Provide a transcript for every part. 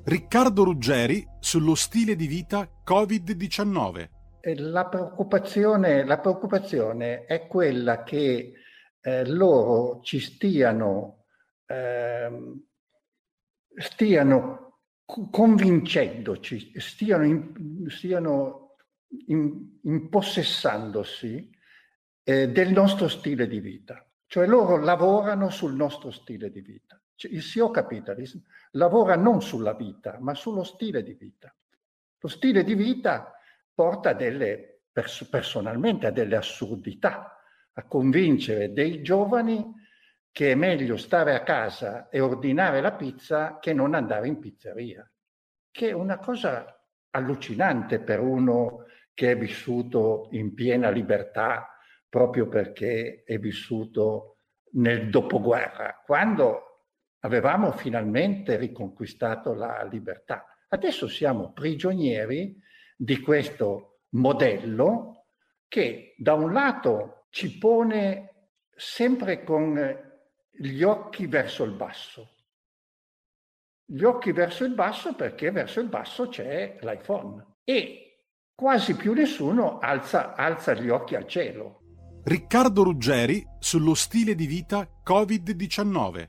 Riccardo Ruggeri sullo stile di vita Covid-19. La preoccupazione è quella che loro ci stiano convincendoci, stiano impossessandosi del nostro stile di vita. Cioè loro lavorano sul nostro stile di vita. Il CEO Capitalism lavora non sulla vita, ma sullo stile di vita. Lo stile di vita porta personalmente a delle assurdità, a convincere dei giovani che è meglio stare a casa e ordinare la pizza che non andare in pizzeria, che è una cosa allucinante per uno che è vissuto in piena libertà proprio perché è vissuto nel dopoguerra, quando avevamo finalmente riconquistato la libertà. Adesso siamo prigionieri di questo modello che da un lato ci pone sempre con gli occhi verso il basso. Gli occhi verso il basso perché verso il basso c'è l'iPhone e quasi più nessuno alza gli occhi al cielo. Riccardo Ruggeri sullo stile di vita Covid-19.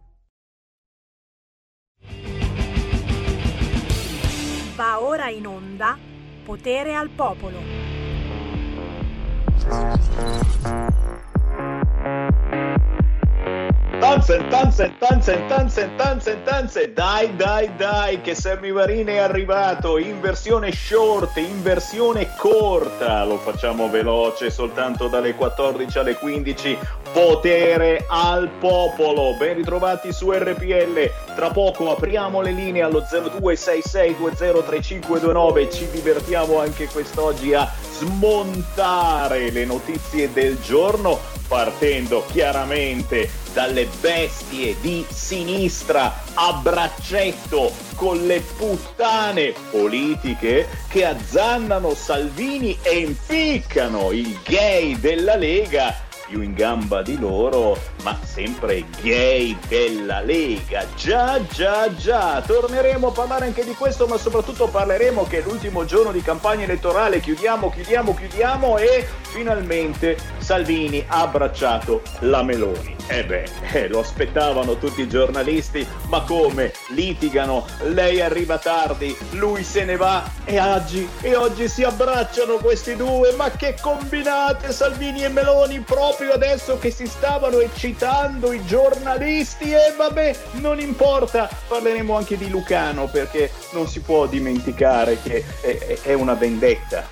Va ora in onda Potere al Popolo. Tanze, dai, che Sammy Varin è arrivato in versione short, in versione corta, lo facciamo veloce, soltanto dalle 14 alle 15, Potere al Popolo, ben ritrovati su RPL, tra poco apriamo le linee allo 0266203529, ci divertiamo anche quest'oggi a smontare le notizie del giorno, partendo chiaramente dalle bestie di sinistra a braccetto con le puttane politiche che azzannano Salvini e impiccano il gay della Lega, più in gamba di loro, ma sempre gay della Lega. Già, torneremo a parlare anche di questo, ma soprattutto parleremo che è l'ultimo giorno di campagna elettorale, chiudiamo e finalmente Salvini ha abbracciato la Meloni. Lo aspettavano tutti i giornalisti, ma come? Litigano, lei arriva tardi, lui se ne va e oggi si abbracciano questi due, ma che combinate Salvini e Meloni proprio adesso che si stavano eccitando i giornalisti e vabbè, non importa, parleremo anche di Lucano perché non si può dimenticare che è una vendetta,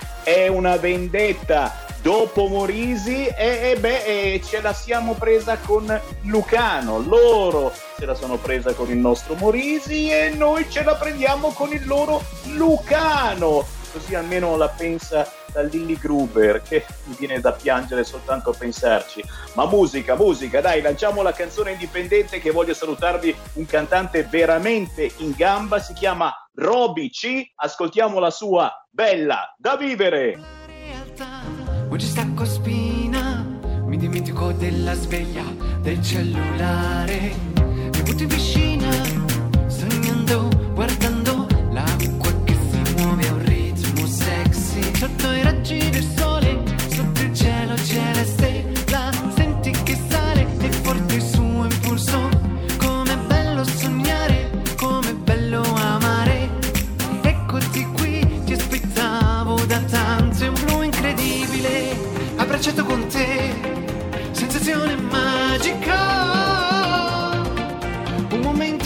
dopo Morisi ce la siamo presa con Lucano, loro se la sono presa con il nostro Morisi e noi ce la prendiamo con il loro Lucano, così almeno la pensa da Lilly Gruber, che mi viene da piangere soltanto a pensarci. Ma musica, dai, lanciamo la canzone indipendente che voglio salutarvi, un cantante veramente in gamba, si chiama Roby C, ascoltiamo la sua Bella da vivere. Oggi stacco spina, mi dimentico della sveglia, del cellulare, mi butto in piscina, sognando, guardando l'acqua che si muove a un ritmo sexy, sotto i raggi del sole, sotto il cielo c'è la stella, senti che sale e forte il suo impulso, com'è bello sognare, com'è bello amare, eccoti qui, ti aspettavo da tanto, è un blu incredibile, abbracciato con te, sensazione magica, un momento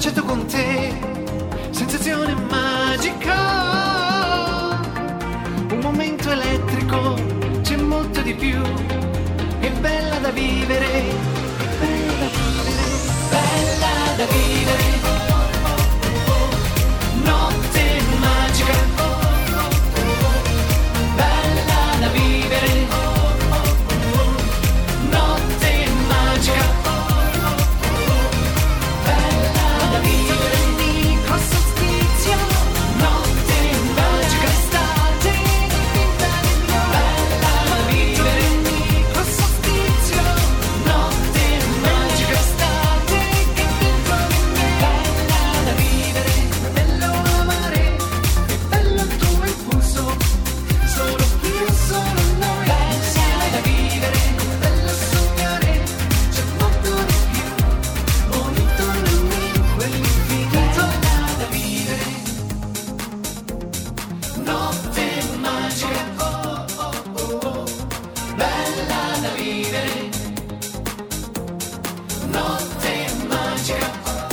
baciato con te, sensazione magica, un momento elettrico, c'è molto di più, è bella da vivere, è bella da vivere, bella da vivere, notte magica, bella da vivere, notte magica, bella da vivere, amico solstizio, notte magica, estate finta di Dio, bella da vivere, amico solstizio, notte magica, estate che dentro di me, bella da vivere, è bello amare, è bello il tuo impulso, solo io, solo noi, bella da vivere, è bello sognare, c'è molto di più, bonito lui, quell'infinito, bella da vivere, notte magica, bella da vivere, notte magica.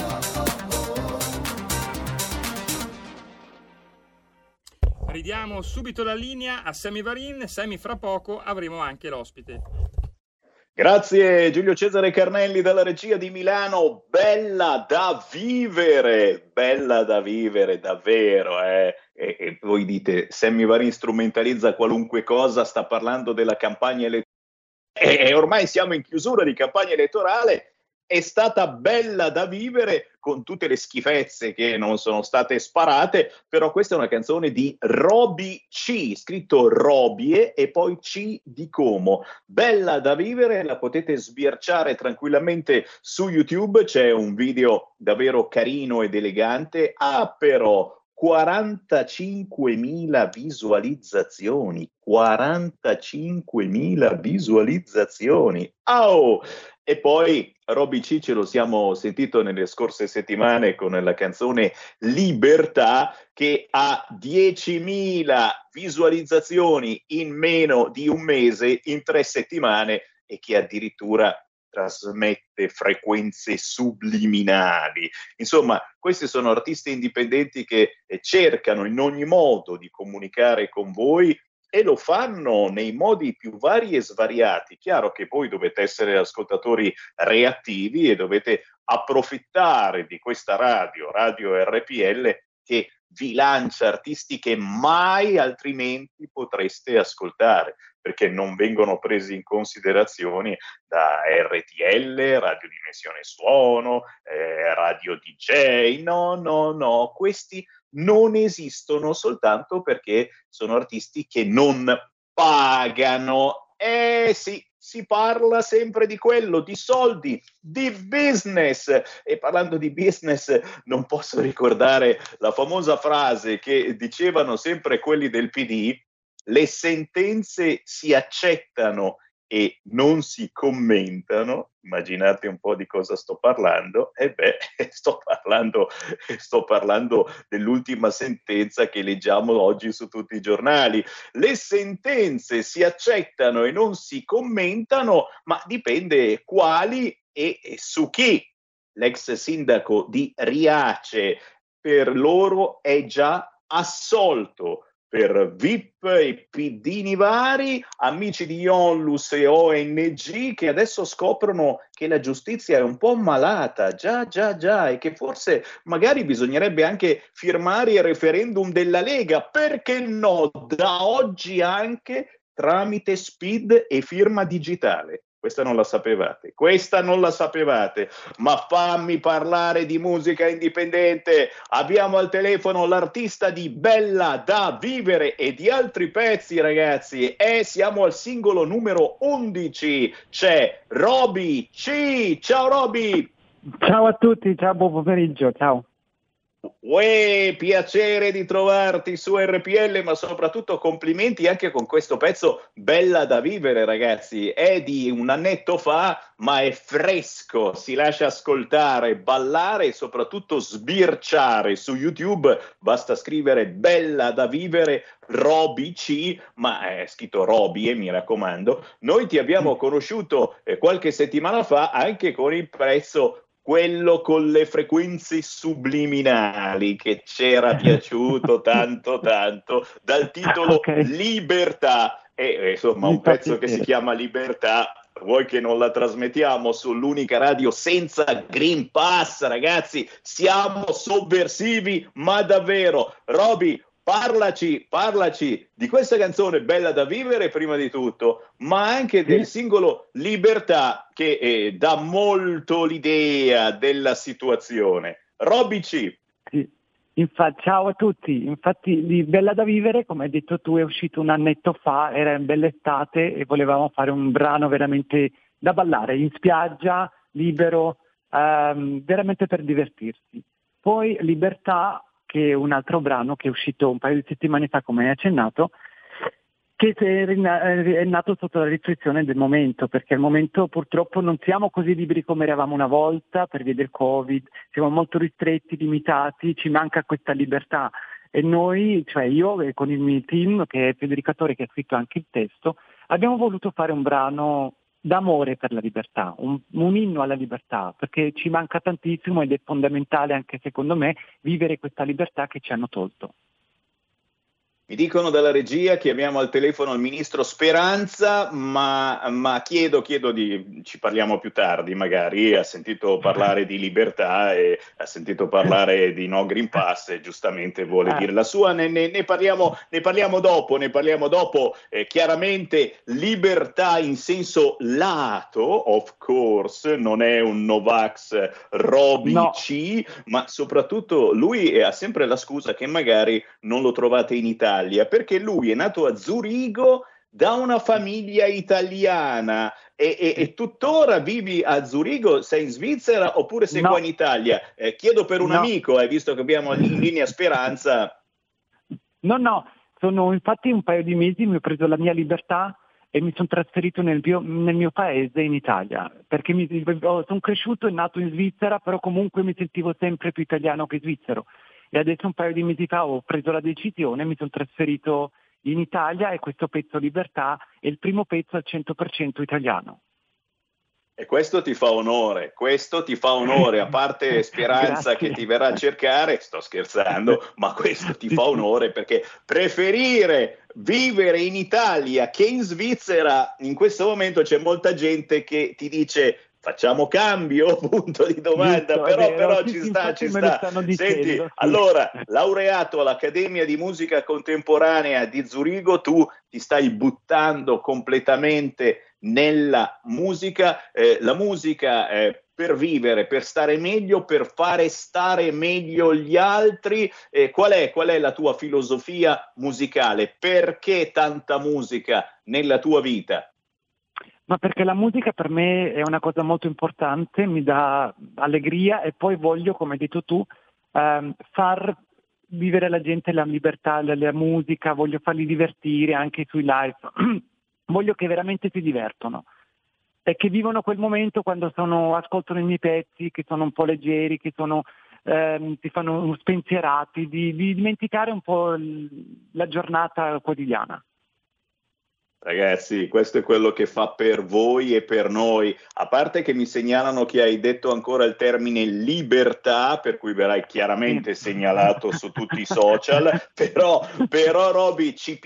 Ridiamo subito la linea a Sammy Varin. Sammy, fra poco avremo anche l'ospite. Grazie Giulio Cesare Carnelli dalla regia di Milano, bella da vivere davvero, E voi dite, Sammy Varin strumentalizza qualunque cosa, sta parlando della campagna elettorale, e ormai siamo in chiusura di campagna elettorale, è stata bella da vivere con tutte le schifezze che non sono state sparate, però questa è una canzone di Roby C, scritto Robie e poi C di Como. Bella da vivere, la potete sbirciare tranquillamente su YouTube, c'è un video davvero carino ed elegante, però 45.000 visualizzazioni, 45.000 visualizzazioni. Oh! E poi Roby C ce lo siamo sentito nelle scorse settimane con la canzone Libertà, che ha 10.000 visualizzazioni in meno di un mese, in 3 settimane, e che addirittura trasmette frequenze subliminali. Insomma, questi sono artisti indipendenti che cercano in ogni modo di comunicare con voi e lo fanno nei modi più vari e svariati. Chiaro che voi dovete essere ascoltatori reattivi e dovete approfittare di questa radio RPL, che vi lancia artisti che mai altrimenti potreste ascoltare, perché non vengono presi in considerazione da RTL, Radio Dimensione Suono, Radio DJ, no, questi non esistono soltanto perché sono artisti che non pagano. Sì, si parla sempre di quello, di soldi, di business. E parlando di business non posso ricordare la famosa frase che dicevano sempre quelli del PD: le sentenze si accettano e non si commentano. Immaginate un po' di cosa sto parlando. Sto parlando dell'ultima sentenza che leggiamo oggi su tutti i giornali. Le sentenze si accettano e non si commentano, ma dipende quali e su chi. L'ex sindaco di Riace per loro è già assolto. Per VIP e PDini vari, amici di Onlus e ONG che adesso scoprono che la giustizia è un po' malata, già, e che forse magari bisognerebbe anche firmare il referendum della Lega, perché no, da oggi anche tramite SPID e firma digitale. Questa non la sapevate, ma fammi parlare di musica indipendente. Abbiamo al telefono l'artista di Bella da vivere e di altri pezzi, ragazzi, e siamo al singolo numero 11, c'è Roby C. Ciao Roby! Ciao a tutti, ciao, buon pomeriggio, ciao. Uè, piacere di trovarti su RPL, ma soprattutto complimenti anche con questo pezzo Bella da vivere, ragazzi. È di un annetto fa, ma è fresco, si lascia ascoltare, ballare e soprattutto sbirciare su YouTube. Basta scrivere Bella da vivere Roby C, ma è scritto Roby, mi raccomando. Noi ti abbiamo conosciuto qualche settimana fa anche con il pezzo quello con le frequenze subliminali che c'era piaciuto tanto dal titolo Libertà, e insomma un pezzo che si chiama Libertà. Vuoi che non la trasmettiamo sull'unica radio senza Green Pass, ragazzi? Siamo sovversivi, ma davvero. Roby, parlaci di questa canzone bella da vivere prima di tutto, ma anche del singolo Libertà che dà molto l'idea della situazione. Roby C. Sì. Ciao a tutti, infatti di Bella da vivere, come hai detto tu, è uscito un annetto fa, era in bella estate e volevamo fare un brano veramente da ballare, in spiaggia, libero, veramente per divertirsi. Poi Libertà, che è un altro brano che è uscito un paio di settimane fa, come hai accennato, che è nato sotto la riflessione del momento, perché al momento purtroppo non siamo così liberi come eravamo una volta per via del Covid, siamo molto ristretti, limitati, ci manca questa libertà e noi, cioè io e con il mio team, che è Federico Torre, che ha scritto anche il testo, abbiamo voluto fare un brano d'amore per la libertà, un inno alla libertà, perché ci manca tantissimo ed è fondamentale anche secondo me vivere questa libertà che ci hanno tolto. Mi dicono dalla regia, chiamiamo al telefono il ministro Speranza, ma chiedo ci parliamo più tardi magari, ha sentito parlare di libertà e ha sentito parlare di no Green Pass e giustamente vuole dire la sua, ne parliamo dopo, chiaramente libertà in senso lato, of course, non è un Novax Roby C, ma soprattutto lui ha sempre la scusa che magari non lo trovate in Italia, perché lui è nato a Zurigo da una famiglia italiana e tuttora vivi a Zurigo. Sei in Svizzera oppure sei qua in Italia? Chiedo per un amico, visto che abbiamo in linea Speranza. No, sono infatti un paio di mesi mi ho preso la mia libertà e mi sono trasferito nel mio paese in Italia, perché sono cresciuto e nato in Svizzera, però comunque mi sentivo sempre più italiano che svizzero. E adesso un paio di mesi fa ho preso la decisione, mi sono trasferito in Italia e questo pezzo Libertà è il primo pezzo al 100% italiano. E questo ti fa onore, a parte Speranza che ti verrà a cercare, sto scherzando, ma questo ti fa onore perché preferire vivere in Italia che in Svizzera, in questo momento c'è molta gente che ti dice facciamo cambio, punto di domanda, però ci sta. Senti, allora, laureato all'Accademia di Musica Contemporanea di Zurigo, tu ti stai buttando completamente nella musica, la musica per vivere, per stare meglio, per fare stare meglio gli altri. Qual è la tua filosofia musicale? Perché tanta musica nella tua vita? Ma perché la musica per me è una cosa molto importante, mi dà allegria e poi voglio, come hai detto tu, far vivere alla gente la libertà, la musica, voglio farli divertire anche sui live, voglio che veramente si divertono e che vivono quel momento quando ascoltano i miei pezzi, che sono un po' leggeri, che si fanno spensierati, di dimenticare un po' la giornata quotidiana. Ragazzi, questo è quello che fa per voi e per noi, a parte che mi segnalano che hai detto ancora il termine libertà, per cui verrai chiaramente segnalato su tutti i social, però Roby, ci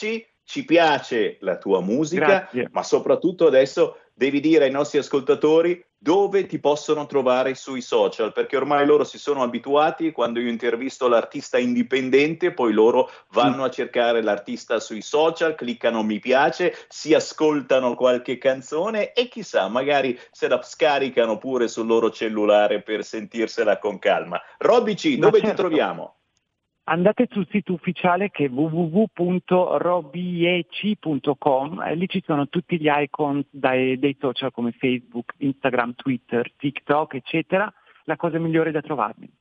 piace la tua musica. Grazie. Ma soprattutto adesso devi dire ai nostri ascoltatori dove ti possono trovare sui social, perché ormai loro si sono abituati, quando io intervisto l'artista indipendente, poi loro vanno a cercare l'artista sui social, cliccano mi piace, si ascoltano qualche canzone e chissà, magari se la scaricano pure sul loro cellulare per sentirsela con calma. Roby C, dove ti troviamo? Andate sul sito ufficiale che è www.robyec.com e lì ci sono tutti gli icon dei social come Facebook, Instagram, Twitter, TikTok, eccetera. La cosa migliore da trovarmi.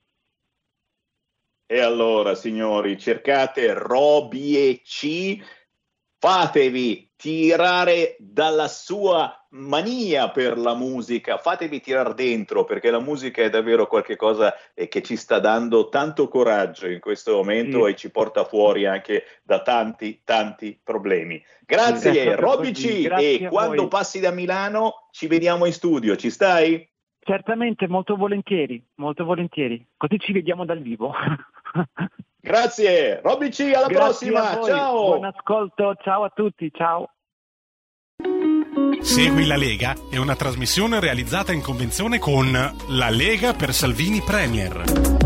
E allora, signori, cercate Roby, fatevi tirare dalla sua mania per la musica, fatevi tirare dentro, perché la musica è davvero qualche cosa che ci sta dando tanto coraggio in questo momento e ci porta fuori anche da tanti problemi. Grazie Roby C, e quando passi da Milano ci vediamo in studio, ci stai? Certamente, molto volentieri, così ci vediamo dal vivo. Grazie, Robby C, alla Grazie prossima, a voi. ciao! Buon ascolto, ciao a tutti, ciao! Segui la Lega è una trasmissione realizzata in convenzione con La Lega per Salvini Premier.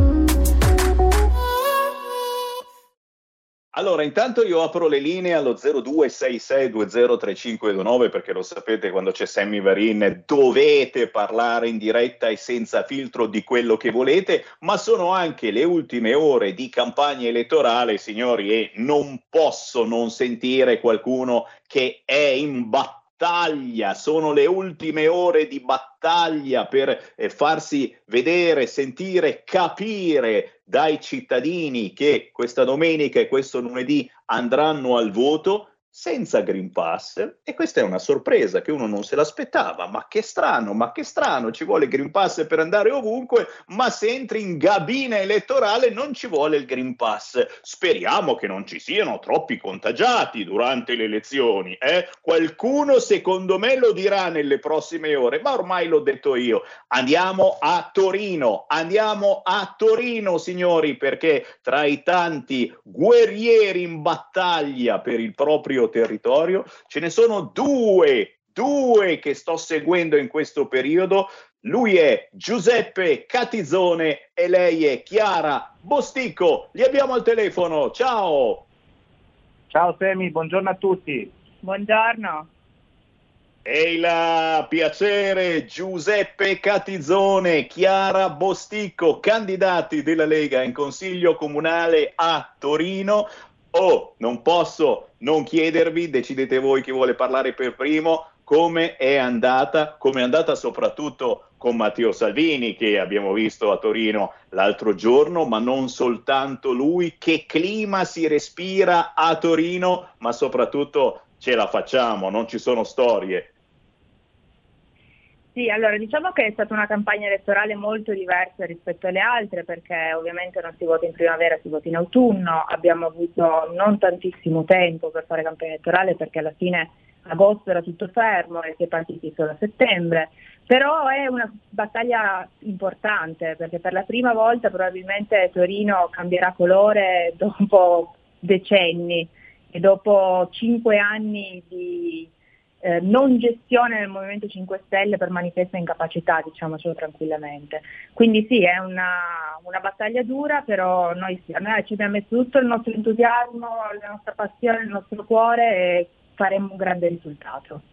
Allora, intanto io apro le linee allo 0266203529 perché lo sapete, quando c'è Sammy Varin dovete parlare in diretta e senza filtro di quello che volete, ma sono anche le ultime ore di campagna elettorale, signori, e non posso non sentire qualcuno che è in battaglia. Sono le ultime ore di battaglia per farsi vedere, sentire, capire dai cittadini che questa domenica e questo lunedì andranno al voto senza Green Pass, e questa è una sorpresa che uno non se l'aspettava. Ma che strano, ci vuole il Green Pass per andare ovunque, ma se entri in cabina elettorale non ci vuole il Green Pass. Speriamo che non ci siano troppi contagiati durante le elezioni, Qualcuno secondo me lo dirà nelle prossime ore, ma ormai l'ho detto io. Andiamo a Torino, signori, perché tra i tanti guerrieri in battaglia per il proprio territorio ce ne sono due che sto seguendo in questo periodo. Lui è Giuseppe Catizzone e lei è Chiara Bosticco. Li abbiamo al telefono. Ciao Semi, buongiorno a tutti. Buongiorno. E il piacere, Giuseppe Catizzone, Chiara Bosticco, candidati della Lega in consiglio comunale a Torino. Non posso non chiedervi, decidete voi chi vuole parlare per primo, come è andata soprattutto con Matteo Salvini, che abbiamo visto a Torino l'altro giorno, ma non soltanto lui. Che clima si respira a Torino, ma soprattutto ce la facciamo, non ci sono storie. Sì, allora diciamo che è stata una campagna elettorale molto diversa rispetto alle altre, perché ovviamente non si vota in primavera, si vota in autunno. Abbiamo avuto non tantissimo tempo per fare campagna elettorale, perché alla fine agosto era tutto fermo e si è partiti solo a settembre. Però è una battaglia importante, perché per la prima volta probabilmente Torino cambierà colore dopo decenni e dopo 5 anni di non gestione del Movimento 5 Stelle per manifesta incapacità, diciamocelo tranquillamente. Quindi sì, è una battaglia dura, però noi ci abbiamo messo tutto il nostro entusiasmo, la nostra passione, il nostro cuore e faremo un grande risultato.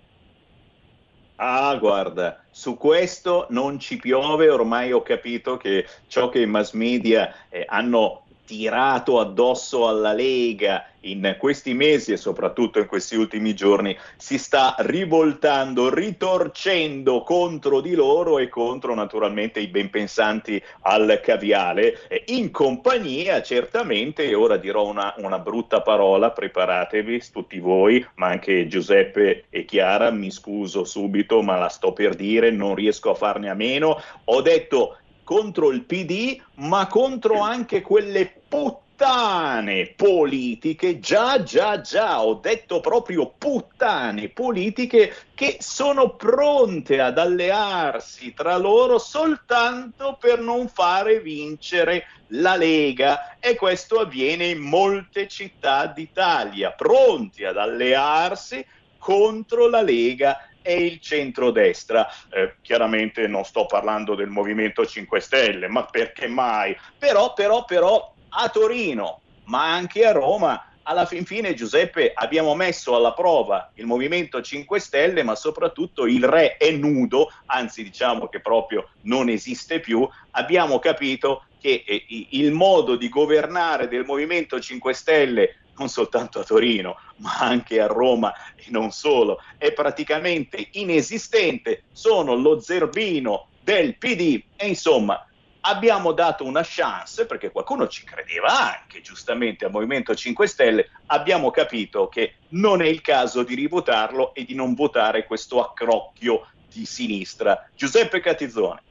Ah, guarda, su questo non ci piove. Ormai ho capito che ciò che i mass media hanno tirato addosso alla Lega in questi mesi e soprattutto in questi ultimi giorni si sta rivoltando, ritorcendo contro di loro e contro naturalmente i benpensanti al caviale, in compagnia certamente, e ora dirò una brutta parola, preparatevi tutti voi, ma anche Giuseppe e Chiara, mi scuso subito ma la sto per dire, non riesco a farne a meno. Ho detto contro il PD, ma contro anche quelle puttane politiche, già, ho detto proprio puttane politiche, che sono pronte ad allearsi tra loro soltanto per non fare vincere la Lega, e questo avviene in molte città d'Italia, pronti ad allearsi contro la Lega e il centrodestra. Chiaramente non sto parlando del Movimento 5 Stelle, ma perché mai? Però a Torino, ma anche a Roma, alla fin fine, Giuseppe, abbiamo messo alla prova il Movimento 5 Stelle, ma soprattutto il re è nudo, anzi diciamo che proprio non esiste più. Abbiamo capito che il modo di governare del Movimento 5 Stelle, non soltanto a Torino, ma anche a Roma e non solo, è praticamente inesistente, sono lo zerbino del PD e insomma abbiamo dato una chance, perché qualcuno ci credeva anche giustamente al Movimento 5 Stelle, abbiamo capito che non è il caso di rivotarlo e di non votare questo accrocchio di sinistra. Giuseppe Catizzone.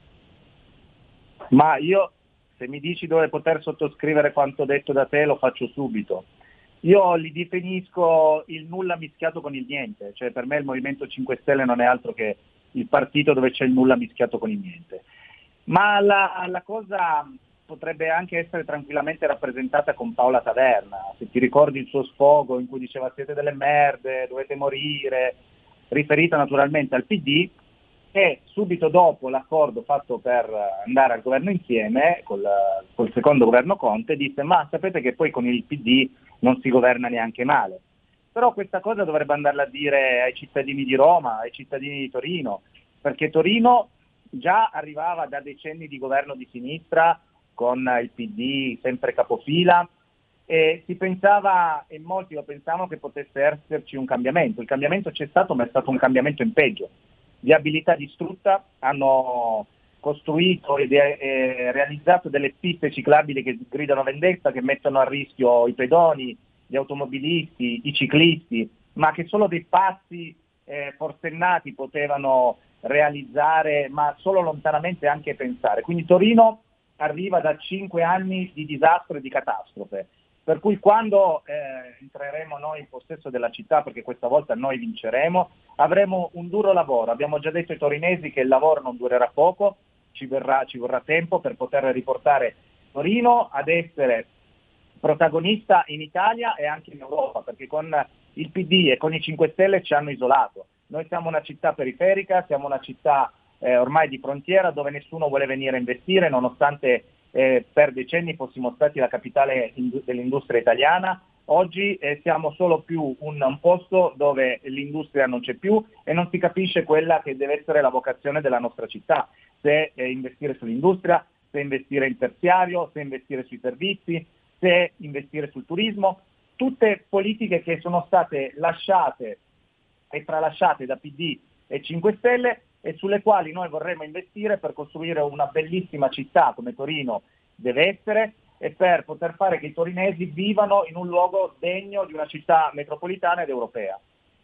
Ma io, se mi dici dove poter sottoscrivere quanto detto da te, lo faccio subito. Io li definisco il nulla mischiato con il niente, cioè per me il Movimento 5 Stelle non è altro che il partito dove c'è il nulla mischiato con il niente. Ma la cosa potrebbe anche essere tranquillamente rappresentata con Paola Taverna, se ti ricordi il suo sfogo in cui diceva siete delle merde, dovete morire, riferita naturalmente al PD, e subito dopo l'accordo fatto per andare al governo insieme, col secondo governo Conte, disse ma sapete che poi con il PD non si governa neanche male. Però questa cosa dovrebbe andarla a dire ai cittadini di Roma, ai cittadini di Torino, perché Torino già arrivava da decenni di governo di sinistra, con il PD sempre capofila, e si pensava, e molti lo pensavano, che potesse esserci un cambiamento. Il cambiamento c'è stato, ma è stato un cambiamento in peggio. Viabilità distrutta, hanno costruito e realizzato delle piste ciclabili che gridano vendetta, che mettono a rischio i pedoni, gli automobilisti, i ciclisti, ma che solo dei pazzi forsennati potevano realizzare, ma solo lontanamente anche pensare. Quindi Torino arriva da 5 anni di disastro e di catastrofe, per cui quando entreremo noi in possesso della città, perché questa volta noi vinceremo, avremo un duro lavoro. Abbiamo già detto ai torinesi che il lavoro non durerà poco, ci vorrà tempo per poter riportare Torino ad essere protagonista in Italia e anche in Europa, perché con il PD e con i 5 Stelle ci hanno isolato. Noi siamo una città periferica, siamo una città ormai di frontiera dove nessuno vuole venire a investire, nonostante per decenni fossimo stati la capitale dell'industria italiana. Oggi siamo solo più un posto dove l'industria non c'è più e non si capisce quella che deve essere la vocazione della nostra città, se investire sull'industria, se investire in terziario, se investire sui servizi, se investire sul turismo, tutte politiche che sono state lasciate e tralasciate da PD e 5 Stelle e sulle quali noi vorremmo investire per costruire una bellissima città come Torino deve essere e per poter fare che i torinesi vivano in un luogo degno di una città metropolitana ed europea.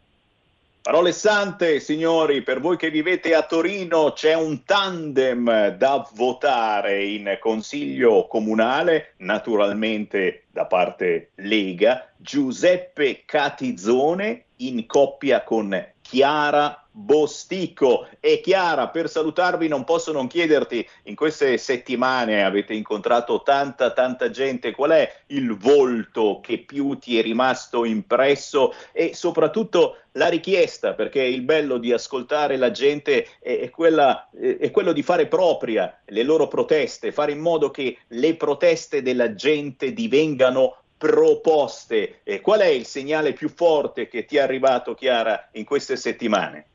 Parole sante, signori, per voi che vivete a Torino c'è un tandem da votare in consiglio comunale, naturalmente da parte Lega, Giuseppe Catizzone in coppia con Chiara Bosticco. E Chiara, per salutarvi non posso non chiederti, in queste settimane avete incontrato tanta gente, qual è il volto che più ti è rimasto impresso e soprattutto la richiesta, perché il bello di ascoltare la gente è quello di fare propria le loro proteste, fare in modo che le proteste della gente divengano proposte. Qual è il segnale più forte che ti è arrivato, Chiara, in queste settimane?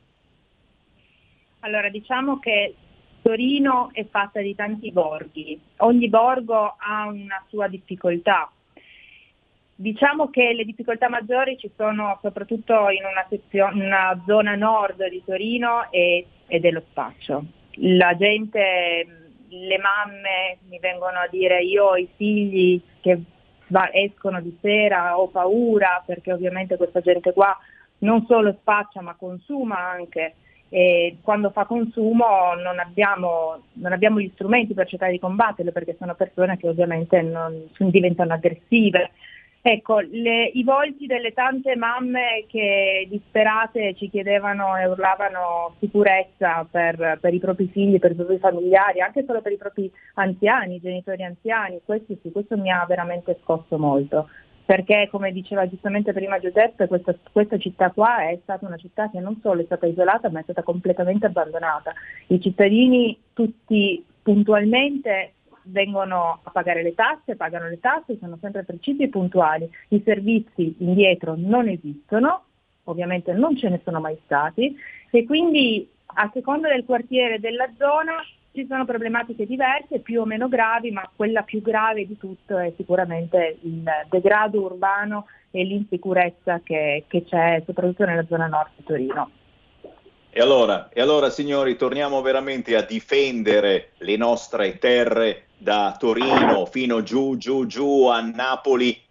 Allora, diciamo che Torino è fatta di tanti borghi, ogni borgo ha una sua difficoltà. Diciamo che le difficoltà maggiori ci sono soprattutto in una zona nord di Torino e dello spaccio. La gente, le mamme mi vengono a dire io ho i figli che escono di sera, ho paura perché ovviamente questa gente qua non solo spaccia ma consuma anche. E quando fa consumo non abbiamo gli strumenti per cercare di combatterle perché sono persone che ovviamente diventano aggressive. Ecco, i volti delle tante mamme che disperate ci chiedevano e urlavano sicurezza per i propri figli, per i propri familiari, anche solo per i propri anziani, genitori anziani, questo mi ha veramente scosso molto. Perché, come diceva giustamente prima Giuseppe, questa città qua è stata una città che non solo è stata isolata, ma è stata completamente abbandonata. I cittadini tutti puntualmente vengono a pagare le tasse, pagano le tasse, sono sempre precisi e puntuali. I servizi indietro non esistono, ovviamente non ce ne sono mai stati, e quindi a seconda del quartiere e della zona ci sono problematiche diverse, più o meno gravi, ma quella più grave di tutto è sicuramente il degrado urbano e l'insicurezza che c'è soprattutto nella zona nord di Torino. E allora signori, torniamo veramente a difendere le nostre terre da Torino fino giù a Napoli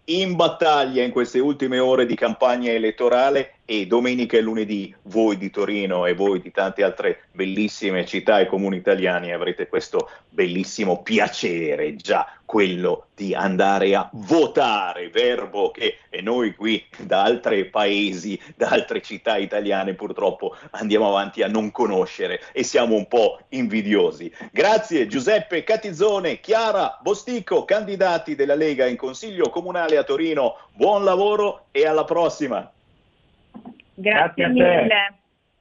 in battaglia in queste ultime ore di campagna elettorale, e domenica e lunedì voi di Torino e voi di tante altre bellissime città e comuni italiani avrete questo bellissimo piacere, già quello di andare a votare, verbo che noi qui da altri paesi, da altre città italiane purtroppo andiamo avanti a non conoscere e siamo un po' invidiosi. Grazie Giuseppe Catizzone, Chiara Bosticco, candidati della Lega in Consiglio Comunale a Torino, buon lavoro e alla prossima. Grazie mille.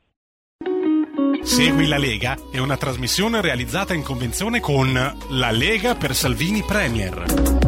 Segui la Lega è una trasmissione realizzata in convenzione con La Lega per Salvini Premier.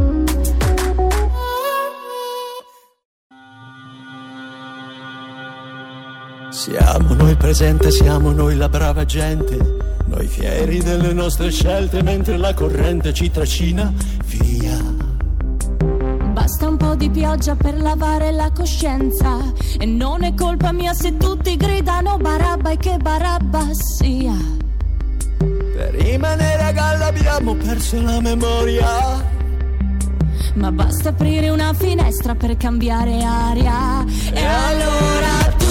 Siamo noi presente, siamo noi la brava gente, noi fieri delle nostre scelte mentre la corrente ci trascina via. Basta un po' di pioggia per lavare la coscienza, e non è colpa mia se tutti gridano Barabba e che Barabba sia. Per rimanere a galla abbiamo perso la memoria, ma basta aprire una finestra per cambiare aria. E allora tu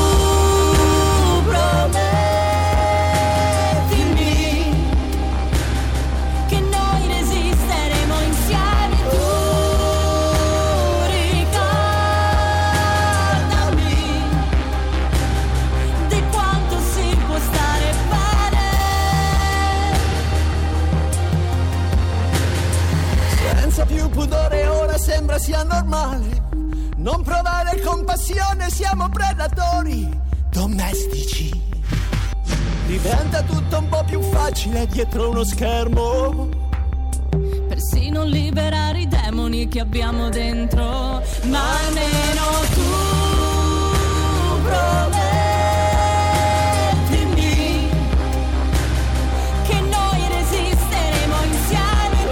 promettimi che noi resisteremo insieme. Tu più pudore ora sembra sia normale non provare compassione, siamo predatori domestici. Diventa tutto un po' più facile dietro uno schermo, persino liberare i demoni che abbiamo dentro, ma almeno tu promettimi che noi resisteremo insieme.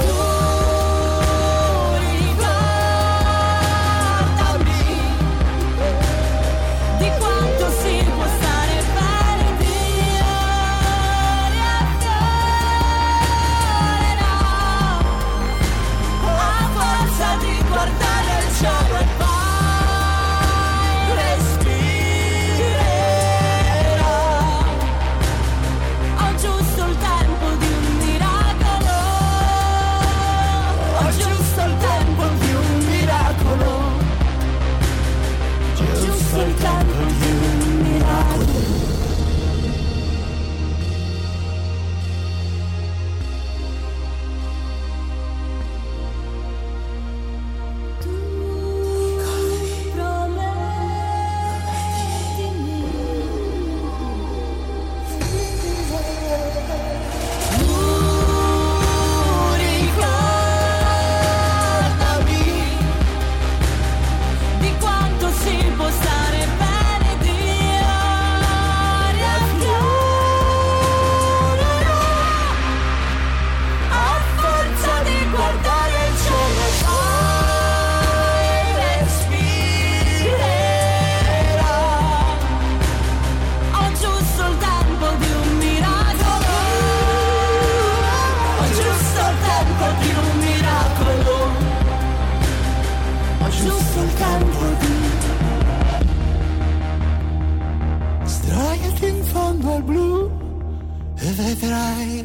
Sdraiati in fondo al blu e vedrai.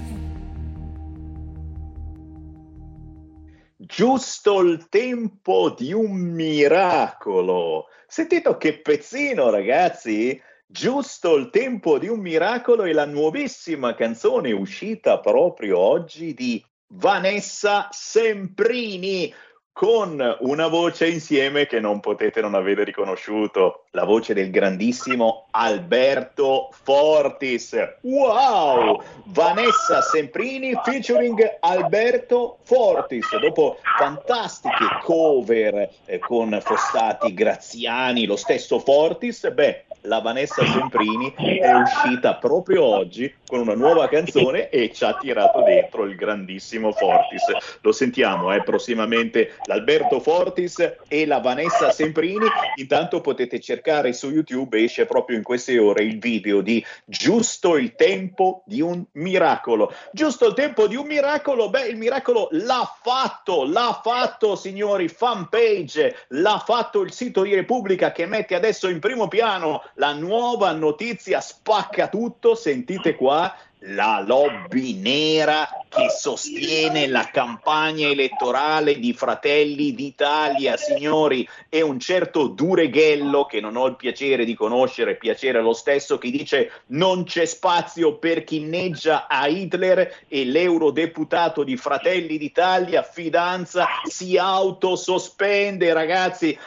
Giusto il tempo di un miracolo. Sentito che pezzino, ragazzi? Giusto il tempo di un miracolo è la nuovissima canzone uscita proprio oggi di Vanessa Semprini, con una voce insieme che non potete non avere riconosciuto, la voce del grandissimo Alberto Fortis. Wow! Vanessa Semprini featuring Alberto Fortis, dopo fantastiche cover con Fossati, Graziani, lo stesso Fortis, la Vanessa Semprini è uscita proprio oggi con una nuova canzone e ci ha tirato dentro il grandissimo Fortis. Lo sentiamo prossimamente l'Alberto Fortis e la Vanessa Semprini. Intanto potete cercare su YouTube, esce proprio in queste ore il video di Giusto il tempo di un miracolo. Giusto il tempo di un miracolo, il miracolo l'ha fatto signori, fanpage, l'ha fatto il sito di Repubblica che mette adesso in primo piano la nuova notizia spacca tutto, sentite qua. La lobby nera che sostiene la campagna elettorale di Fratelli d'Italia, signori, e un certo Dureghello, che non ho il piacere di conoscere, piacere lo stesso, che dice non c'è spazio per chi inneggia a Hitler, e l'eurodeputato di Fratelli d'Italia Fidanza si autosospende. Ragazzi,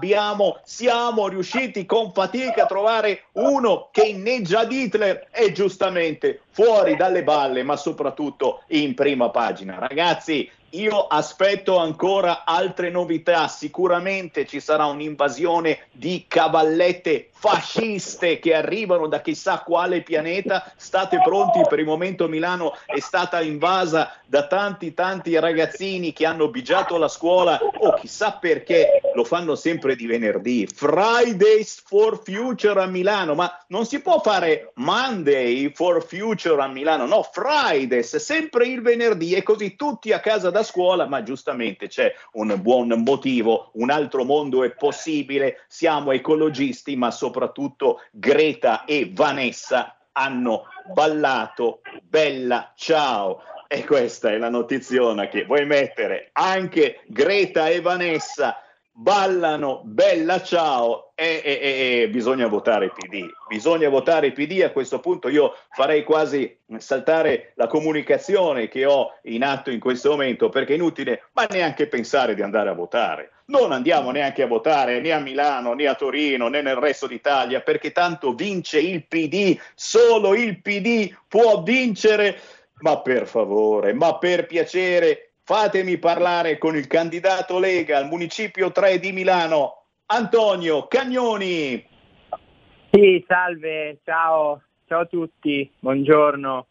siamo riusciti con fatica a trovare uno che inneggia ad Hitler, e giustamente fuori dalle balle, ma soprattutto in prima pagina. Ragazzi, io aspetto ancora altre novità, sicuramente ci sarà un'invasione di cavallette fasciste che arrivano da chissà quale pianeta. State pronti, per il momento Milano è stata invasa da tanti ragazzini che hanno bigiato la scuola, o chissà perché lo fanno sempre di venerdì. Fridays for Future a Milano, ma non si può fare Monday for Future a Milano, no, Fridays, sempre il venerdì, e così tutti a casa da scuola. Ma giustamente c'è un buon motivo, un altro mondo è possibile, siamo ecologisti, ma soprattutto Greta e Vanessa hanno ballato Bella Ciao, e questa è la notiziona che vuoi mettere. Anche Greta e Vanessa ballano Bella Ciao, e bisogna votare PD. Bisogna votare PD. A questo punto io farei quasi saltare la comunicazione che ho in atto in questo momento, perché è inutile ma neanche pensare di andare a votare. Non andiamo neanche a votare né a Milano né a Torino né nel resto d'Italia, perché tanto vince il PD, solo il PD può vincere. Ma per favore, ma per piacere, fatemi parlare con il candidato Lega al Municipio 3 di Milano, Antonio Cagnoni. Sì, salve, ciao a tutti, buongiorno.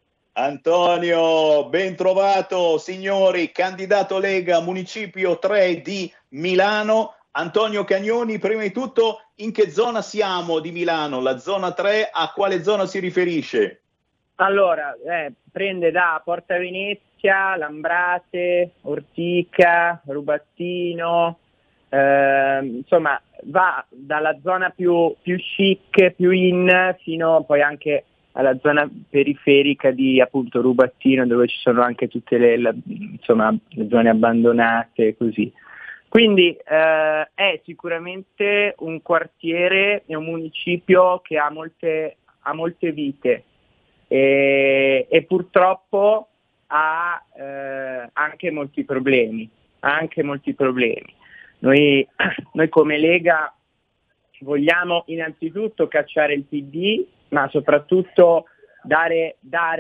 Antonio, ben trovato, signori, candidato Lega Municipio 3 di Milano. Antonio Cagnoni, prima di tutto, in che zona siamo di Milano? La zona 3 a quale zona si riferisce? Allora, prende da Porta Venezia, Lambrate, Ortica, Rubattino, insomma va dalla zona più chic, più in, fino poi anche alla zona periferica di appunto Rubattino, dove ci sono anche tutte le zone abbandonate, così. Quindi è sicuramente un quartiere e un municipio che ha molte vite. E purtroppo ha anche molti problemi. Noi come Lega vogliamo innanzitutto cacciare il PD, ma soprattutto dare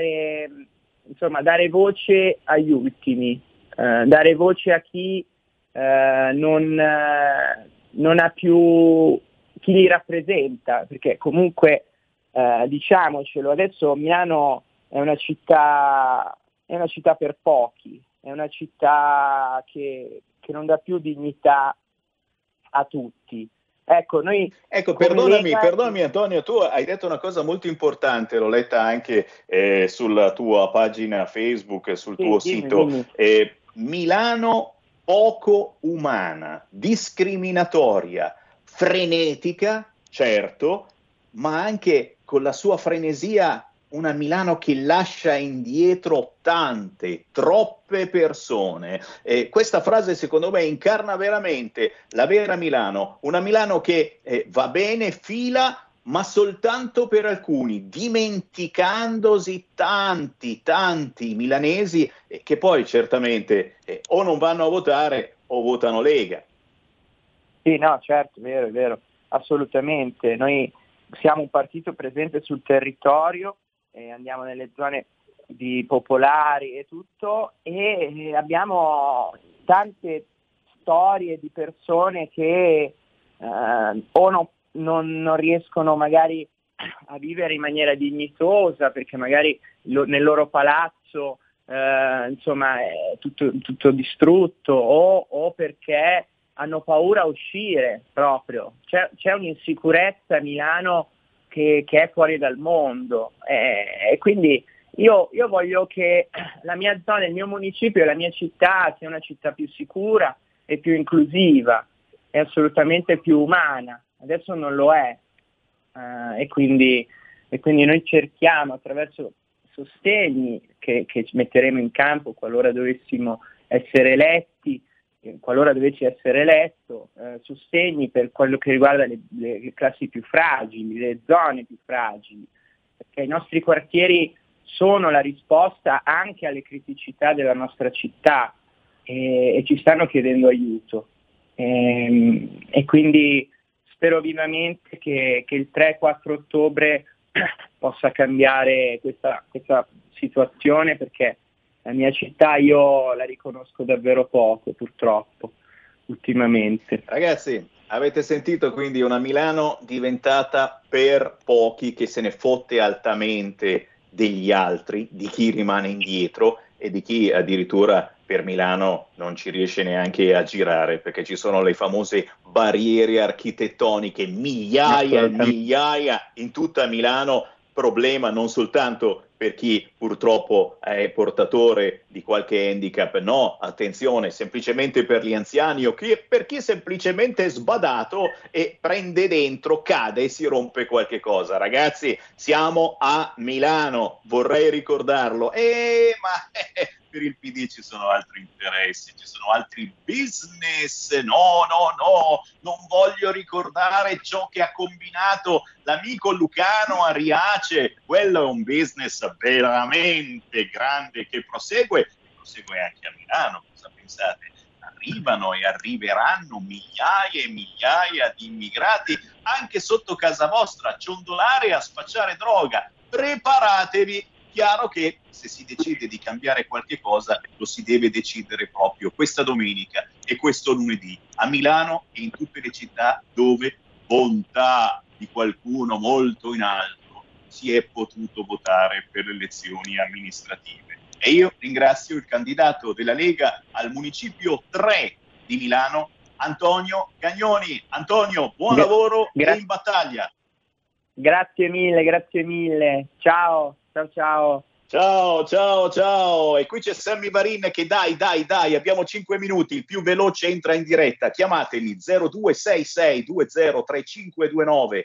voce agli ultimi, dare voce a chi non ha più chi li rappresenta, perché comunque diciamocelo, adesso Milano è una città per pochi, è una città che non dà più dignità a tutti. Perdonami Antonio, tu hai detto una cosa molto importante, l'ho letta anche sulla tua pagina Facebook, sul tuo sito. Dimmi. Milano poco umana, discriminatoria, frenetica, certo, ma anche con la sua frenesia una Milano che lascia indietro troppe persone. Questa frase secondo me incarna veramente la vera Milano, una Milano che va bene, fila, ma soltanto per alcuni, dimenticandosi tanti milanesi che poi certamente o non vanno a votare o votano Lega. Sì, no, certo, è vero, assolutamente. Noi siamo un partito presente sul territorio, andiamo nelle zone popolari e tutto, e abbiamo tante storie di persone che o non riescono magari a vivere in maniera dignitosa, perché magari nel loro palazzo insomma è tutto distrutto, o perché hanno paura a uscire proprio. C'è un'insicurezza a Milano che è fuori dal mondo, e quindi io voglio che la mia zona, il mio municipio e la mia città sia una città più sicura e più inclusiva e assolutamente più umana. Adesso non lo è, e quindi noi cerchiamo, attraverso sostegni che metteremo in campo qualora dovessimo essere eletti, qualora dovessi essere eletto, sostegni per quello che riguarda le classi più fragili, le zone più fragili, perché i nostri quartieri sono la risposta anche alle criticità della nostra città, e ci stanno chiedendo aiuto, e quindi spero vivamente che il 3-4 ottobre possa cambiare questa situazione, perché la mia città io la riconosco davvero poco, purtroppo, ultimamente. Ragazzi, avete sentito, quindi una Milano diventata per pochi, che se ne fotte altamente degli altri, di chi rimane indietro e di chi addirittura per Milano non ci riesce neanche a girare, perché ci sono le famose barriere architettoniche, migliaia e migliaia in tutta Milano. Problema non soltanto per chi purtroppo è portatore di qualche handicap, no, attenzione, semplicemente per gli anziani o per chi semplicemente è sbadato e prende dentro, cade e si rompe qualche cosa. Ragazzi, siamo a Milano, vorrei ricordarlo, ma per il PD ci sono altri interessi, ci sono altri business. No, non voglio ricordare ciò che ha combinato l'amico Lucano a Riace. Quello è un business veramente grande che prosegue anche a Milano. Cosa pensate? Arrivano e arriveranno migliaia e migliaia di immigrati anche sotto casa vostra a ciondolare e a spacciare droga. Preparatevi. Chiaro che se si decide di cambiare qualche cosa lo si deve decidere proprio questa domenica e questo lunedì a Milano e in tutte le città dove, bontà di qualcuno molto in alto, si è potuto votare per le elezioni amministrative. E io ringrazio il candidato della Lega al municipio 3 di Milano, Antonio Gagnoni. Antonio, buon lavoro e in battaglia. Grazie mille. Ciao. Ciao. E qui c'è Sammy Varin che dai, abbiamo 5 minuti, il più veloce entra in diretta. Chiamateli 0266203529,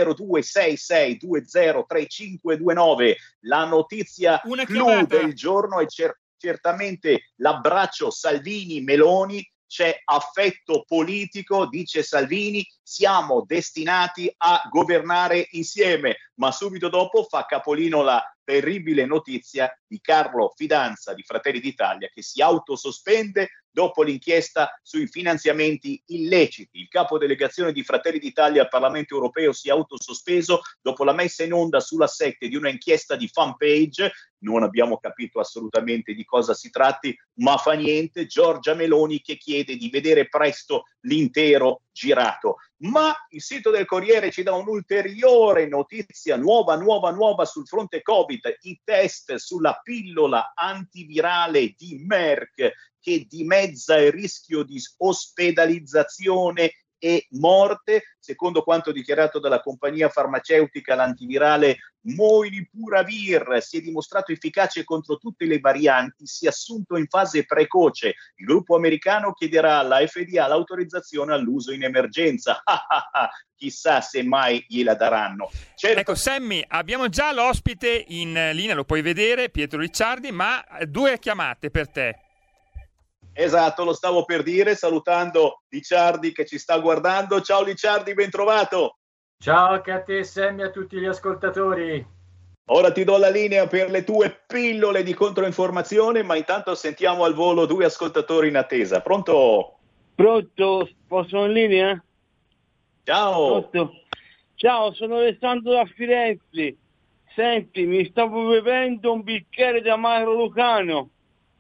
0266203529. La notizia clou del giorno è certamente l'abbraccio Salvini-Meloni. C'è affetto politico, dice Salvini, siamo destinati a governare insieme, ma subito dopo fa capolino la terribile notizia di Carlo Fidanza di Fratelli d'Italia che si autosospende dopo l'inchiesta sui finanziamenti illeciti. Il capodelegazione di Fratelli d'Italia al Parlamento europeo si è autosospeso dopo la messa in onda sulla 7 di una inchiesta di Fanpage. Non abbiamo capito assolutamente di cosa si tratti, ma fa niente. Giorgia Meloni che chiede di vedere presto l'intero girato. Ma il sito del Corriere ci dà un'ulteriore notizia nuova sul fronte Covid, i test sulla pillola antivirale di Merck che dimezza il rischio di ospedalizzazione e morte. Secondo quanto dichiarato dalla compagnia farmaceutica, l'antivirale Molnupiravir si è dimostrato efficace contro tutte le varianti, si è assunto in fase precoce. Il gruppo americano chiederà alla FDA l'autorizzazione all'uso in emergenza. Chissà se mai gliela daranno. Certo. Ecco Sammy, abbiamo già l'ospite in linea, lo puoi vedere, Pietro Ricciardi, ma 2 chiamate per te. Esatto, lo stavo per dire, salutando Licciardi che ci sta guardando. Ciao Licciardi, ben trovato. Ciao anche a te Sammy e a tutti gli ascoltatori. Ora ti do la linea per le tue pillole di controinformazione, ma intanto sentiamo al volo 2 ascoltatori in attesa. Pronto? Pronto, sono in linea? Ciao. Pronto. Ciao, sono Alessandro da Firenze. Senti, mi stavo bevendo un bicchiere di Amaro Lucano.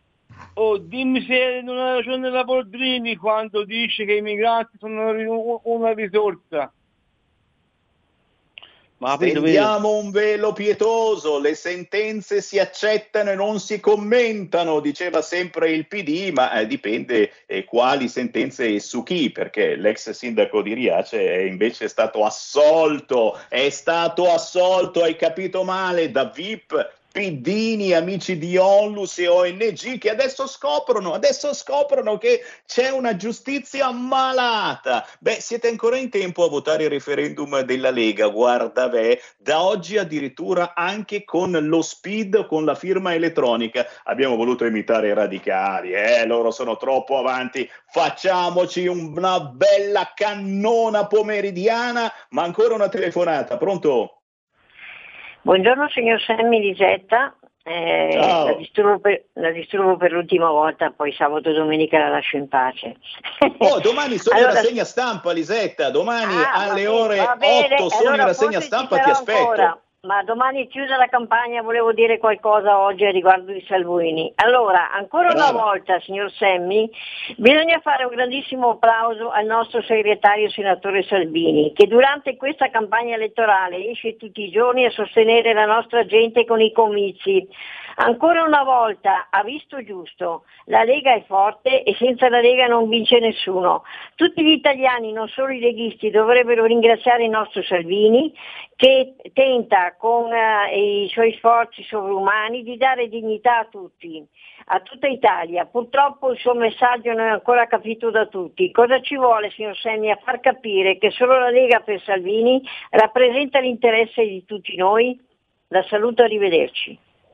Oh, dimmi se non ha ragione la Boldrini quando dice che i migranti sono una risorsa. Stendiamo un velo pietoso, le sentenze si accettano e non si commentano, diceva sempre il PD, ma dipende quali sentenze e su chi, perché l'ex sindaco di Riace è invece stato assolto, hai capito male, da VIP, Piddini, amici di Onlus e ONG che adesso scoprono che c'è una giustizia malata. Beh, siete ancora in tempo a votare il referendum della Lega, guarda da oggi addirittura anche con lo SPID, con la firma elettronica. Abbiamo voluto imitare i radicali, loro sono troppo avanti, facciamoci una bella cannona pomeridiana, ma ancora una telefonata, pronto? Buongiorno signor Sammy Lisetta, la disturbo per l'ultima volta, poi sabato e domenica la lascio in pace. Domani sono in rassegna stampa, Lisetta, domani alle ore 8 sono in rassegna stampa, ti aspetto. Ancora. Ma domani è chiusa la campagna, volevo dire qualcosa oggi a riguardo di Salvini. Allora, ancora una volta, signor Sammy, bisogna fare un grandissimo applauso al nostro segretario senatore Salvini, che durante questa campagna elettorale esce tutti i giorni a sostenere la nostra gente con i comizi. Ancora una volta ha visto giusto, la Lega è forte e senza la Lega non vince nessuno. Tutti gli italiani, non solo i leghisti, dovrebbero ringraziare il nostro Salvini, che tenta con i suoi sforzi sovrumani di dare dignità a tutti, a tutta Italia. Purtroppo il suo messaggio non è ancora capito da tutti. Cosa ci vuole, signor Semmi, a far capire che solo la Lega per Salvini rappresenta l'interesse di tutti noi? La saluto, arrivederci.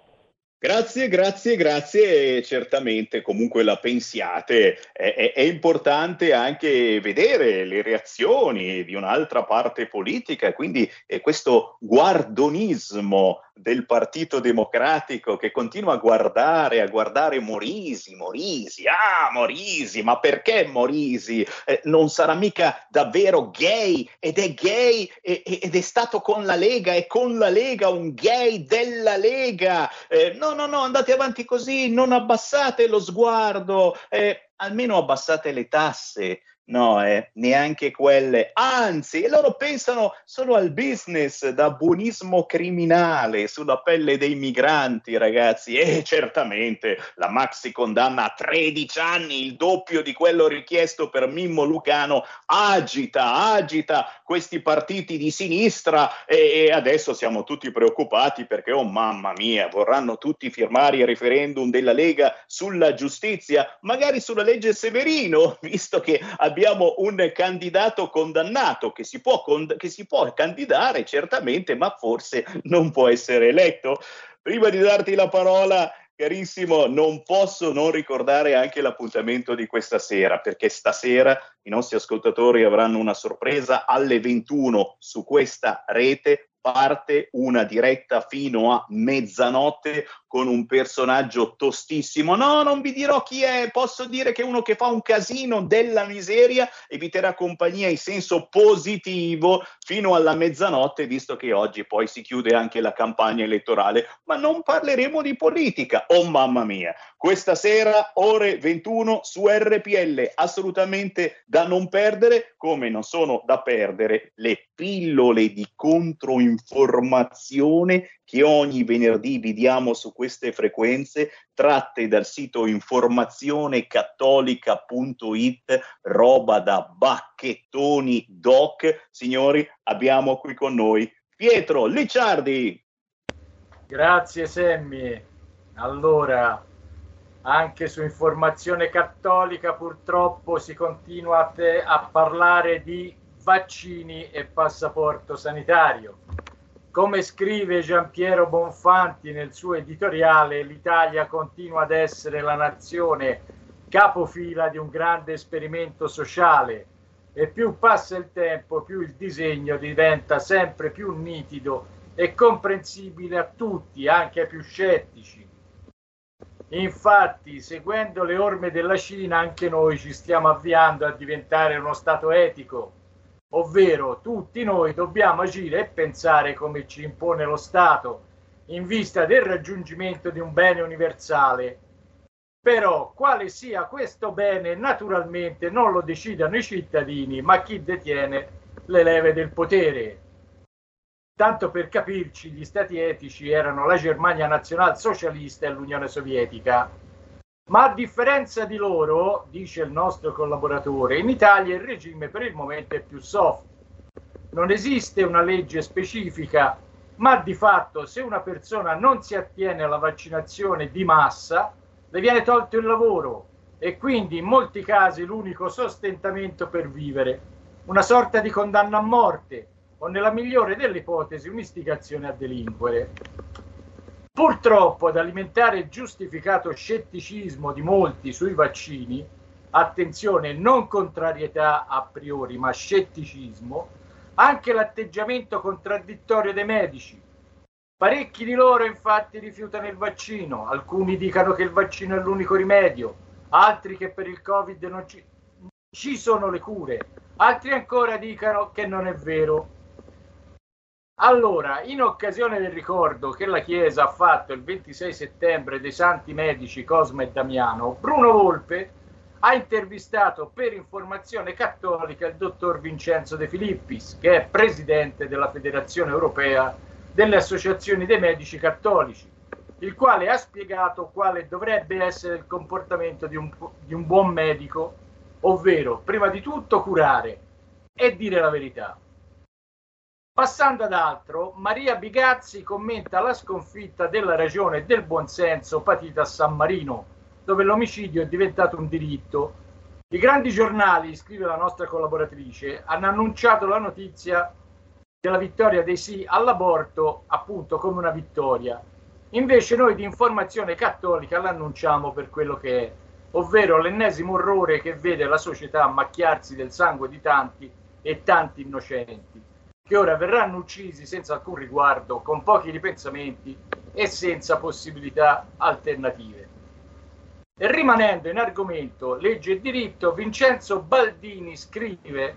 Grazie, certamente comunque la pensiate, è importante anche vedere le reazioni di un'altra parte politica e quindi questo guardonismo del Partito Democratico che continua a guardare Morisi, ma perché Morisi? Non sarà mica davvero gay ed è stato con la Lega, è con la Lega un gay della Lega, no, andate avanti così, non abbassate lo sguardo, almeno abbassate le tasse. No, neanche quelle, anzi, loro pensano solo al business da buonismo criminale sulla pelle dei migranti, ragazzi, e certamente la maxi condanna a 13 anni, il doppio di quello richiesto per Mimmo Lucano, agita questi partiti di sinistra e adesso siamo tutti preoccupati perché, oh mamma mia, vorranno tutti firmare il referendum della Lega sulla giustizia, magari sulla legge Severino, visto che abbiamo un candidato condannato che si può candidare certamente, ma forse non può essere eletto. Prima di darti la parola, carissimo, non posso non ricordare anche l'appuntamento di questa sera, perché stasera i nostri ascoltatori avranno una sorpresa. Alle 21 su questa rete parte una diretta fino a mezzanotte con un personaggio tostissimo. No, non vi dirò chi è, posso dire che è uno che fa un casino della miseria e vi terrà compagnia in senso positivo fino alla mezzanotte, visto che oggi poi si chiude anche la campagna elettorale, ma non parleremo di politica. Oh mamma mia, questa sera ore 21 su RPL, assolutamente da non perdere, come non sono da perdere le pillole di controinformazione che ogni venerdì vi diamo su queste frequenze, tratte dal sito informazionecattolica.it, roba da bacchettoni doc. Signori, abbiamo qui con noi Pietro Licciardi. Grazie Semmi. Allora, anche su Informazione Cattolica purtroppo si continua a parlare di vaccini e passaporto sanitario. Come scrive Giampiero Bonfanti nel suo editoriale, l'Italia continua ad essere la nazione capofila di un grande esperimento sociale e più passa il tempo, più il disegno diventa sempre più nitido e comprensibile a tutti, anche ai più scettici. Infatti, seguendo le orme della Cina, anche noi ci stiamo avviando a diventare uno Stato etico. Ovvero tutti noi dobbiamo agire e pensare come ci impone lo Stato in vista del raggiungimento di un bene universale. Però quale sia questo bene naturalmente non lo decidano i cittadini, ma chi detiene le leve del potere. Tanto per capirci, gli stati etici erano la Germania nazionalsocialista e l'Unione Sovietica. Ma a differenza di loro, dice il nostro collaboratore, in Italia il regime per il momento è più soft. Non esiste una legge specifica, ma di fatto se una persona non si attiene alla vaccinazione di massa, le viene tolto il lavoro e quindi in molti casi l'unico sostentamento per vivere, una sorta di condanna a morte o nella migliore delle ipotesi un'istigazione a delinquere. Purtroppo ad alimentare il giustificato scetticismo di molti sui vaccini, attenzione, non contrarietà a priori ma scetticismo, anche l'atteggiamento contraddittorio dei medici. Parecchi di loro infatti rifiutano il vaccino, alcuni dicono che il vaccino è l'unico rimedio, altri che per il Covid non ci sono le cure, altri ancora dicono che non è vero. Allora, in occasione del ricordo che la Chiesa ha fatto il 26 settembre dei santi medici Cosma e Damiano, Bruno Volpe ha intervistato per Informazione Cattolica il dottor Vincenzo De Filippis, che è presidente della Federazione Europea delle Associazioni dei Medici Cattolici, il quale ha spiegato quale dovrebbe essere il comportamento di un buon medico, ovvero, prima di tutto, curare e dire la verità. Passando ad altro, Maria Bigazzi commenta la sconfitta della ragione e del buonsenso patita a San Marino, dove l'omicidio è diventato un diritto. I grandi giornali, scrive la nostra collaboratrice, hanno annunciato la notizia della vittoria dei sì all'aborto appunto come una vittoria. Invece noi di Informazione Cattolica l'annunciamo per quello che è, ovvero l'ennesimo orrore che vede la società macchiarsi del sangue di tanti e tanti innocenti, che ora verranno uccisi senza alcun riguardo, con pochi ripensamenti e senza possibilità alternative. E rimanendo in argomento legge e diritto, Vincenzo Baldini scrive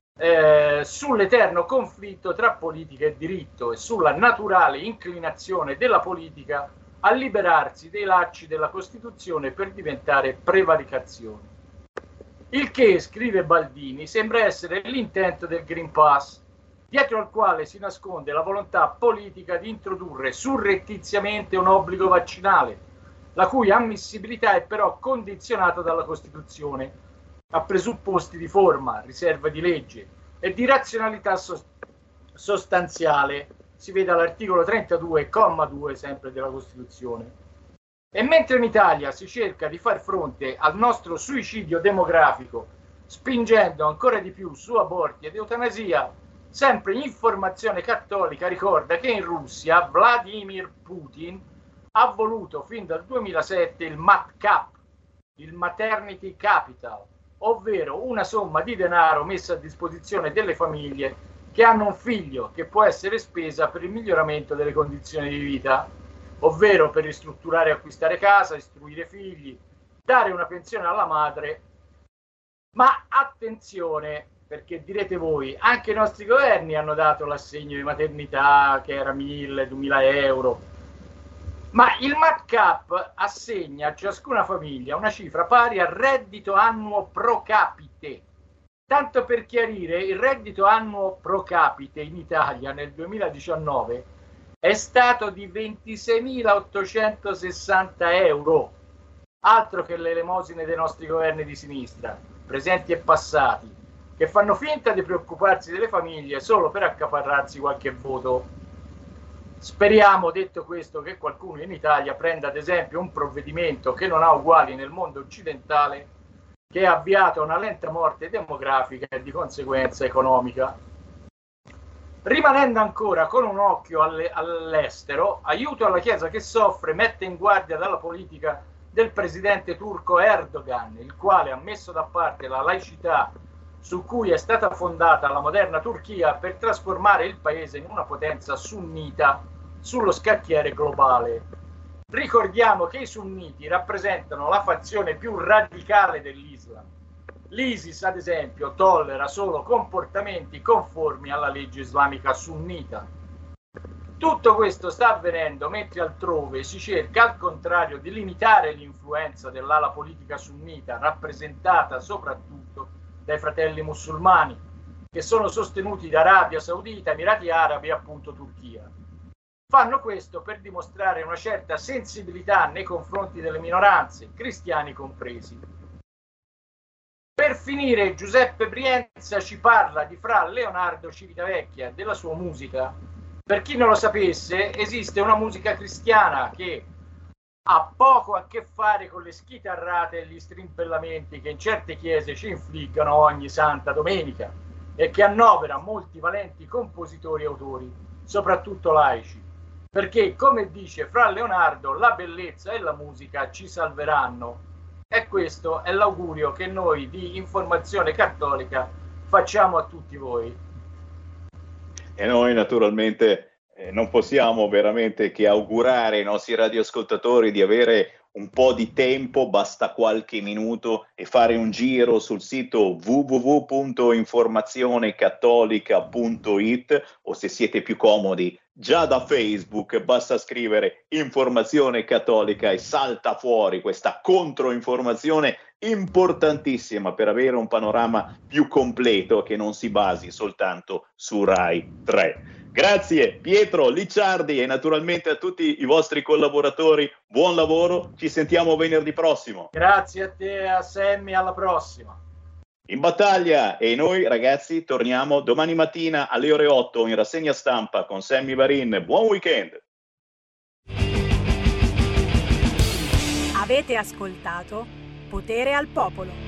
sull'eterno conflitto tra politica e diritto e sulla naturale inclinazione della politica a liberarsi dei lacci della Costituzione per diventare prevaricazione. Il che, scrive Baldini, sembra essere l'intento del Green Pass, dietro al quale si nasconde la volontà politica di introdurre surrettiziamente un obbligo vaccinale, la cui ammissibilità è però condizionata dalla Costituzione a presupposti di forma, riserva di legge e di razionalità sostanziale, si vede all'articolo 32,2 sempre della Costituzione. E mentre in Italia si cerca di far fronte al nostro suicidio demografico, spingendo ancora di più su aborti ed eutanasia, sempre Informazione Cattolica ricorda che in Russia Vladimir Putin ha voluto fin dal 2007 il MatCap, il Maternity Capital, ovvero una somma di denaro messa a disposizione delle famiglie che hanno un figlio che può essere spesa per il miglioramento delle condizioni di vita, ovvero per ristrutturare e acquistare casa, istruire figli, dare una pensione alla madre. Ma attenzione, perché direte voi, anche i nostri governi hanno dato l'assegno di maternità che era 1.000-2.000 euro, ma il MatCap assegna a ciascuna famiglia una cifra pari al reddito annuo pro capite. Tanto per chiarire, il reddito annuo pro capite in Italia nel 2019 è stato di 26.860 euro, altro che le elemosine dei nostri governi di sinistra, presenti e passati, che fanno finta di preoccuparsi delle famiglie solo per accaparrarsi qualche voto. Speriamo, detto questo, che qualcuno in Italia prenda ad esempio un provvedimento che non ha uguali nel mondo occidentale, che ha avviato una lenta morte demografica e di conseguenza economica. Rimanendo ancora con un occhio all'estero, aiuto alla Chiesa che soffre mette in guardia dalla politica del presidente turco Erdogan, il quale ha messo da parte la laicità su cui è stata fondata la moderna Turchia per trasformare il paese in una potenza sunnita sullo scacchiere globale. Ricordiamo che i sunniti rappresentano la fazione più radicale dell'Islam. L'ISIS, ad esempio, tollera solo comportamenti conformi alla legge islamica sunnita. Tutto questo sta avvenendo mentre altrove si cerca, al contrario, di limitare l'influenza dell'ala politica sunnita, rappresentata soprattutto dai fratelli musulmani, che sono sostenuti da Arabia Saudita, Emirati Arabi e appunto Turchia. Fanno questo per dimostrare una certa sensibilità nei confronti delle minoranze, cristiani compresi. Per finire, Giuseppe Brienza ci parla di Fra Leonardo Civitavecchia, della sua musica. Per chi non lo sapesse, esiste una musica cristiana che ha poco a che fare con le schitarrate e gli strimpellamenti che in certe chiese ci infliggono ogni santa domenica e che annovera molti valenti compositori e autori, soprattutto laici. Perché, come dice Fra Leonardo, la bellezza e la musica ci salveranno. E questo è l'augurio che noi di Informazione Cattolica facciamo a tutti voi. E noi naturalmente non possiamo veramente che augurare ai nostri radioascoltatori di avere un po' di tempo, basta qualche minuto, e fare un giro sul sito www.informazionecattolica.it, o se siete più comodi già da Facebook basta scrivere Informazione Cattolica e salta fuori questa controinformazione importantissima per avere un panorama più completo che non si basi soltanto su Rai 3. Grazie Pietro Licciardi e naturalmente a tutti i vostri collaboratori, buon lavoro, ci sentiamo venerdì prossimo. Grazie a te, a Sammy, alla prossima. In battaglia, e noi ragazzi torniamo domani mattina alle ore 8 in rassegna stampa con Sammy Varin. Buon weekend! Avete ascoltato Potere al Popolo.